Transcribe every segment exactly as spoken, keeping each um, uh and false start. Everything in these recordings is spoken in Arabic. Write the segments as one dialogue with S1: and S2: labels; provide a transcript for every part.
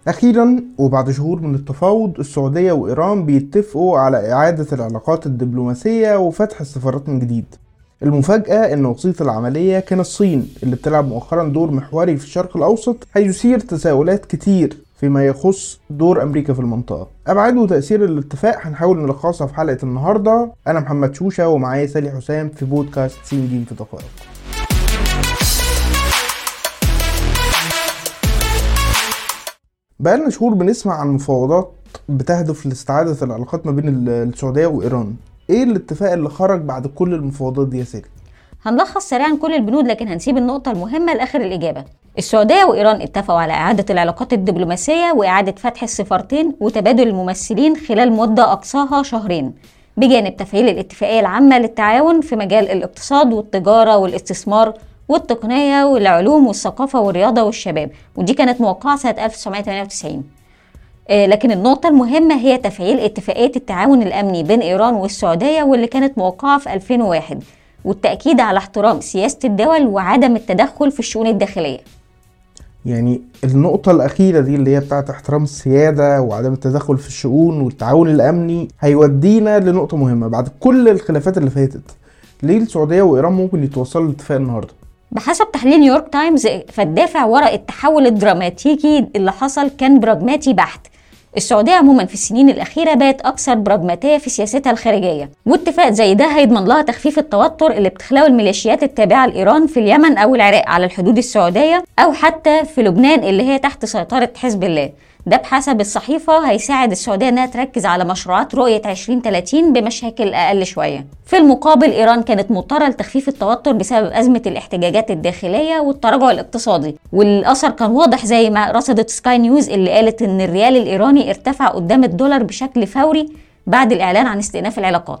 S1: أخيرا وبعد شهور من التفاوض، السعودية وإيران بيتفقوا على إعادة العلاقات الدبلوماسية وفتح السفارات من جديد. المفاجأة إن وسيط العملية كان الصين، اللي بتلعب مؤخرا دور محوري في الشرق الأوسط، هيثير تساؤلات كتير فيما يخص دور أمريكا في المنطقة. أبعاد وتأثير الاتفاق هنحاول نلخصها في حلقة النهاردة. أنا محمد شوشة ومعايا سالي حسام في بودكاست سين جيم في دقائق. بقالنا شهور بنسمع عن مفاوضات بتهدف لاستعادة العلاقات ما بين السعودية وإيران. ايه الاتفاق اللي خرج بعد كل المفاوضات دي يا سالي؟
S2: هنلخص سريعا كل البنود، لكن هنسيب النقطة المهمة لآخر الإجابة. السعودية وإيران اتفقوا على إعادة العلاقات الدبلوماسية وإعادة فتح السفارتين وتبادل الممثلين خلال مدة أقصاها شهرين، بجانب تفعيل الاتفاقية العامة للتعاون في مجال الاقتصاد والتجارة والاستثمار والتقنية والعلوم والثقافة والرياضة والشباب، ودي كانت موقعة سنة ألف وتسعمائة وثمانية وتسعين. آه لكن النقطة المهمة هي تفعيل اتفاقية التعاون الأمني بين إيران والسعودية واللي كانت موقعة في ألفين وواحد، والتأكيد على احترام سياسة الدول وعدم التدخل في الشؤون الداخلية.
S1: يعني النقطة الأخيرة دي اللي هي بتاعت احترام السيادة وعدم التدخل في الشؤون والتعاون الأمني هيودينا لنقطة مهمة. بعد كل الخلافات اللي فاتت، ليه السعودية وإيران ممكن يتوصلوا لاتفاق النهاردة؟
S2: بحسب تحليل نيويورك تايمز، فالدافع وراء التحول الدراماتيكي اللي حصل كان براجماتي بحت. السعودية عموما في السنين الأخيرة بقت أكثر براجماتية في سياستها الخارجية، واتفاق زي ده هيضمن لها تخفيف التوتر اللي بتخلقه الميليشيات التابعة لإيران في اليمن أو العراق على الحدود السعودية، أو حتى في لبنان اللي هي تحت سيطرة حزب الله. ده بحسب الصحيفة هيساعد السعودية انها تركز على مشروعات رؤية عشرين ثلاثين بمشاكل اقل شوية. في المقابل ايران كانت مضطرة لتخفيف التوتر بسبب ازمة الاحتجاجات الداخلية والتراجع الاقتصادي، والاثر كان واضح زي ما رصدت سكاي نيوز اللي قالت ان الريال الايراني ارتفع قدام الدولار بشكل فوري بعد الاعلان عن استئناف العلاقات.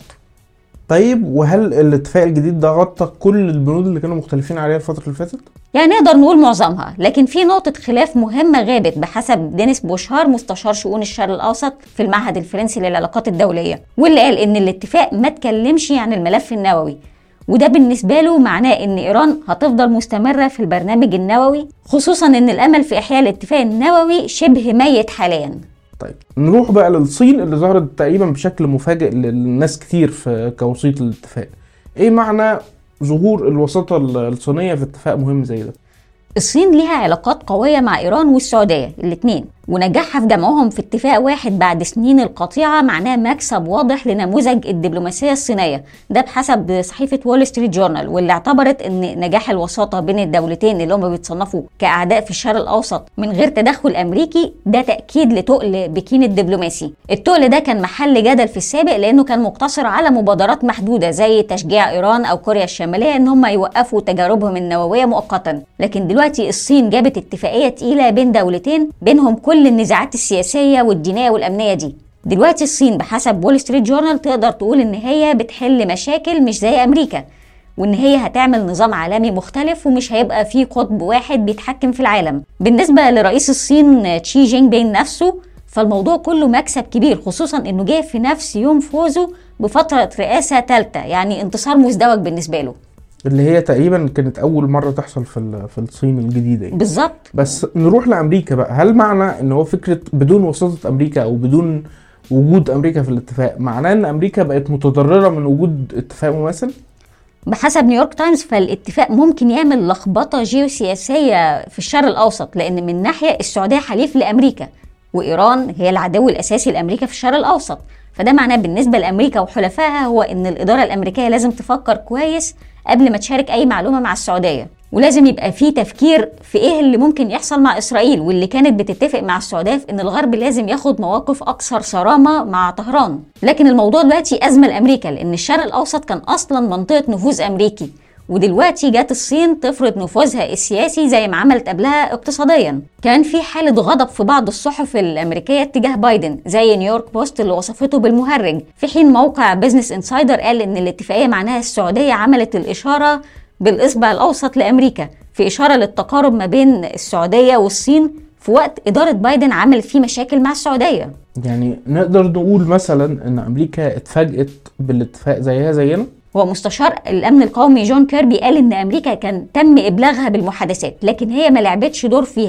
S1: طيب وهل الاتفاق الجديد ده غطى كل البنود اللي كانوا مختلفين عليها الفترة اللي فاتت؟
S2: يعني نقدر نقول معظمها، لكن في نقطة خلاف مهمة غابت بحسب دينيس بوشهار مستشار شؤون الشرق الأوسط في المعهد الفرنسي للعلاقات الدولية، واللي قال إن الاتفاق ما تكلمش عن الملف النووي، وده بالنسبة له معناه إن إيران هتفضل مستمرة في البرنامج النووي، خصوصا إن الأمل في إحياء الاتفاق النووي شبه ميت حاليا.
S1: طيب نروح بقى للصين اللي ظهرت تقريبا بشكل مفاجئ للناس كتير في كوسيط الاتفاق. ايه معنى ظهور الوساطة الصينية في اتفاق مهم زي ده؟
S2: الصين ليها علاقات قوية مع إيران والسعودية الاثنين، ونجاحها في جمعهم في اتفاق واحد بعد سنين القطيعة معناه مكسب واضح لنموذج الدبلوماسية الصينية. ده بحسب صحيفة وول ستريت جورنال، واللي اعتبرت ان نجاح الوساطة بين الدولتين اللي هم بيتصنفوا كأعداء في الشرق الأوسط من غير تدخل أمريكي ده تأكيد لتقل بكين الدبلوماسي. التقل ده كان محل جدل في السابق لأنه كان مقتصر على مبادرات محدودة زي تشجيع إيران أو كوريا الشمالية ان هم يوقفوا تجاربهم النووية مؤقتا، لكن دلوقتي الصين جابت اتفاقية تقيلة بين دولتين بينهم كل النزاعات السياسية والدينية والأمنية دي. دلوقتي الصين بحسب وول ستريت جورنال تقدر تقول ان هي بتحل مشاكل مش زي أمريكا، وان هي هتعمل نظام عالمي مختلف ومش هيبقى فيه قطب واحد بيتحكم في العالم. بالنسبة لرئيس الصين تشي جينج بين نفسه، فالموضوع كله مكسب كبير، خصوصا انه جاي في نفس يوم فوزه بفترة رئاسة ثالثة، يعني انتصار مزدوج بالنسبة له،
S1: اللي هي تقريبا كانت اول مره تحصل في في الصين الجديده يعني.
S2: بالظبط.
S1: بس نروح لامريكا بقى، هل معنى ان هو فكره بدون وساطه امريكا او بدون وجود امريكا في الاتفاق معناه ان امريكا بقت متضرره من وجود اتفاق مماثل؟
S2: بحسب نيويورك تايمز فالاتفاق ممكن يعمل لخبطه جيوسياسيه في الشرق الاوسط، لان من ناحيه السعوديه حليف لامريكا وايران هي العدو الاساسي لامريكا في الشرق الاوسط، فده معناه بالنسبه لامريكا وحلفائها هو ان الاداره الامريكيه لازم تفكر كويس قبل ما تشارك اي معلومه مع السعوديه، ولازم يبقى في تفكير في ايه اللي ممكن يحصل مع اسرائيل، واللي كانت بتتفق مع السعوديه في ان الغرب لازم ياخد مواقف اكثر صرامه مع طهران. لكن الموضوع دلوقتي ازمه لامريكا، لان الشرق الاوسط كان اصلا منطقه نفوذ امريكي، ودلوقتي جات الصين تفرض نفوذها السياسي زي ما عملت قبلها اقتصاديا. كان في حالة غضب في بعض الصحف الأمريكية تجاه بايدن زي نيويورك بوست اللي وصفته بالمهرج، في حين موقع بيزنس انسايدر قال ان الاتفاقية معناها السعودية عملت الإشارة بالإصبع الأوسط لأمريكا، في إشارة للتقارب ما بين السعودية والصين في وقت إدارة بايدن عملت فيه مشاكل مع السعودية.
S1: يعني نقدر نقول مثلا ان أمريكا اتفاجئت بالاتفاق زيها زينا.
S2: هو مستشار الأمن القومي جون كيربي قال إن أمريكا كان تم إبلاغها بالمحادثات، لكن هي ما لعبتش دور فيها،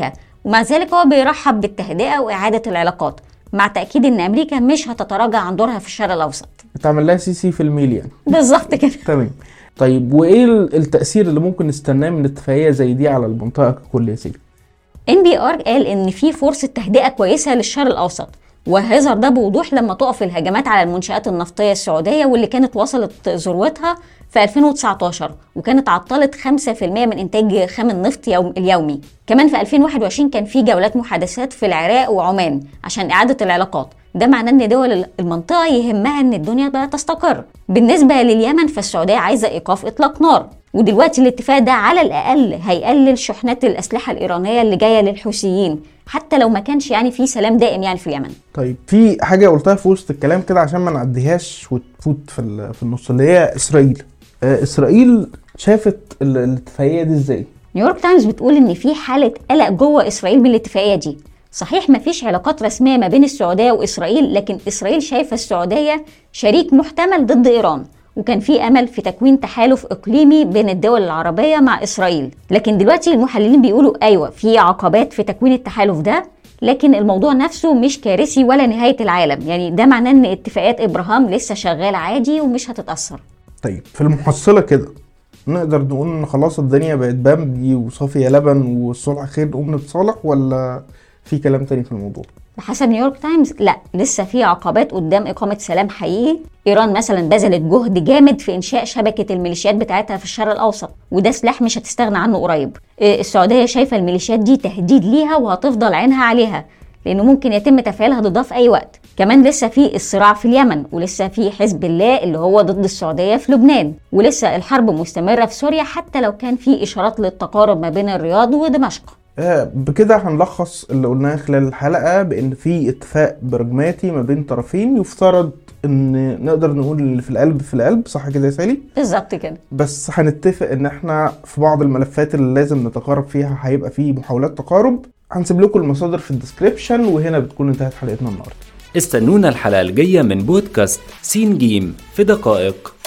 S2: ومع ذلك هو بيرحب بالتهدئة وإعادة العلاقات، مع تأكيد إن أمريكا مش هتتراجع عن دورها في الشرق الأوسط.
S1: اتعمل لها سي سي في الميل يعني.
S2: بالظبط كده.
S1: تمام. طيب وإيه التأثير اللي ممكن نستناه من اتفاقية زي دي على المنطقة ككل يا سيدي؟
S2: إن بي آر قال إن في فرصة تهدئة كويسة للشرق الأوسط، وهيظهر ده بوضوح لما تقف الهجمات على المنشآت النفطية السعودية واللي كانت وصلت ذروتها في ألفين وتسعتاشر وكانت عطلت خمسة في المية من إنتاج خام النفط يوم اليومي. كمان في ألفين وواحد وعشرين كان في جولات محادثات في العراق وعمان عشان إعادة العلاقات. ده معناه إن دول المنطقة يهمها إن الدنيا بقى تستقر. بالنسبة لليمن فالسعودية عايزة إيقاف إطلاق نار، ودلوقتي الاتفاق ده على الأقل هيقلل شحنات الأسلحة الإيرانية اللي جاية للحوثيين، حتى لو ما كانش يعني في سلام دائم يعني في اليمن.
S1: طيب في حاجة قلتها في وسط الكلام كده عشان ما نعديهاش وتفوت في في النص، اللي هي إسرائيل. آه إسرائيل شافت الاتفاقية دي إزاي؟
S2: نيويورك تايمز بتقول إن في حالة قلق جوه إسرائيل من الاتفاقية دي. صحيح ما فيش علاقات رسمية ما بين السعودية وإسرائيل، لكن إسرائيل شايفة السعودية شريك محتمل ضد إيران، وكان في أمل في تكوين تحالف إقليمي بين الدول العربية مع إسرائيل. لكن دلوقتي المحللين بيقولوا أيوة في عقبات في تكوين التحالف ده، لكن الموضوع نفسه مش كارثي ولا نهاية العالم. يعني ده معناه إن اتفاقات إبراهام لسه شغالة عادي ومش هتتأثر.
S1: طيب في المحصلة كده نقدر نقول إن خلاص الدنيا بقت بامبي وصافية لبن والصلح خير نقوم نتصالح، ولا في كلام تاني في الموضوع؟
S2: بحسب نيويورك تايمز لا، لسه في عقبات قدام إقامة سلام حقيقي. إيران مثلا بذلت جهد جامد في إنشاء شبكة الميليشيات بتاعتها في الشرق الأوسط، وده سلاح مش هتستغنى عنه قريب. السعودية شايفة الميليشيات دي تهديد ليها وهتفضل عينها عليها، لأنه ممكن يتم تفعيلها ضدها في أي وقت. كمان لسه في الصراع في اليمن، ولسه في حزب الله اللي هو ضد السعودية في لبنان، ولسه الحرب مستمرة في سوريا حتى لو كان في إشارات للتقارب ما بين الرياض ودمشق.
S1: بكده هنلخص اللي قلناه خلال الحلقة بأن في اتفاق براجماتي ما بين طرفين يفترض ان نقدر نقول اللي في القلب في القلب، صح كده يا سالي؟
S2: بالظبط كده.
S1: بس هنتفق ان احنا في بعض الملفات اللي لازم نتقارب فيها هيبقى فيه محاولات تقارب. هنسيب لكم المصادر في الديسكريبشن، وهنا بتكون انتهت حلقتنا النهارده.
S3: استنونا الحلقة الجاية من بودكاست سين جيم في دقائق.